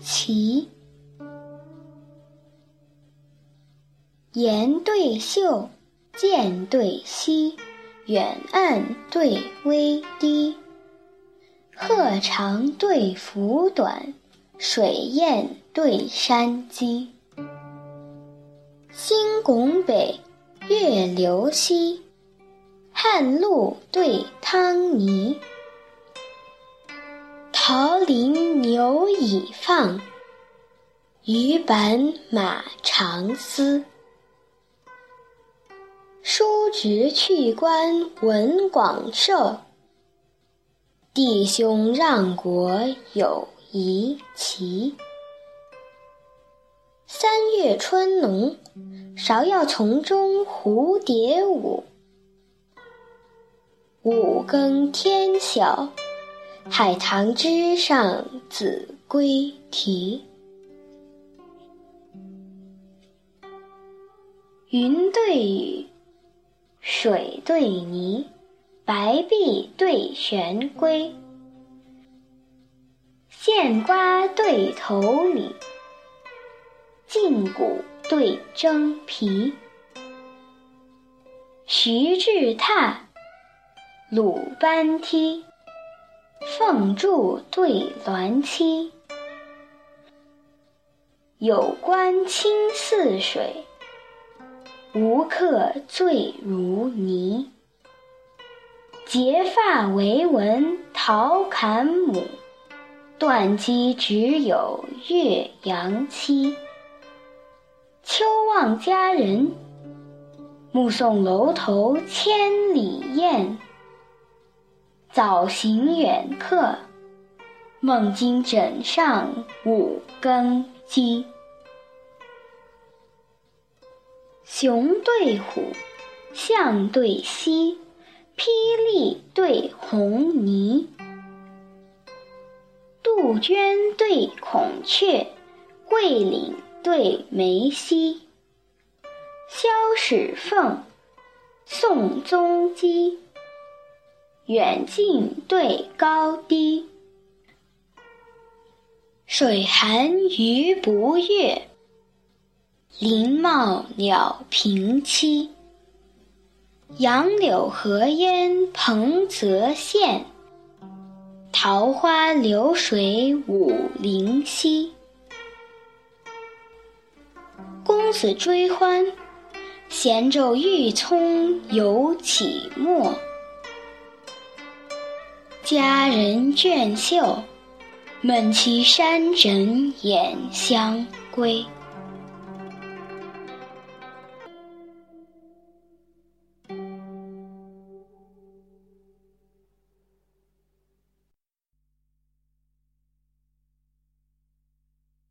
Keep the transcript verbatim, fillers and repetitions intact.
齐。岩对秀，涧对溪，远岸对微堤。鹤长对凫短，水雁对山鸡。星拱北，月流西，汉路对汤泥。桃林牛已放，鱼板马长嘶。叔侄去官文广寿，弟兄让国有遗齐。三月春浓，芍药丛中蝴蝶舞。五更天晓，海棠枝上子规啼。云对雨，水对泥，白璧对玄龟。线瓜对头李，胫骨对征皮。徐至榻，鲁班梯，凤柱对鸾栖。有官清似水，无客醉如泥。结发为文陶侃母，断机只有岳阳期。秋望佳人，目送楼头千里雁。早行远客，梦惊枕上五更鸡。熊对虎，象对犀，霹雳对红泥。杜鹃对孔雀，桂岭对梅溪。萧史凤，宋宗基。远近对高低。水寒鱼不跃，林茂鸟平栖。杨柳河烟彭泽县，桃花流水武陵溪。公子追欢，闲骤郁葱犹起末。佳人倦袖，闷栖山枕掩香归。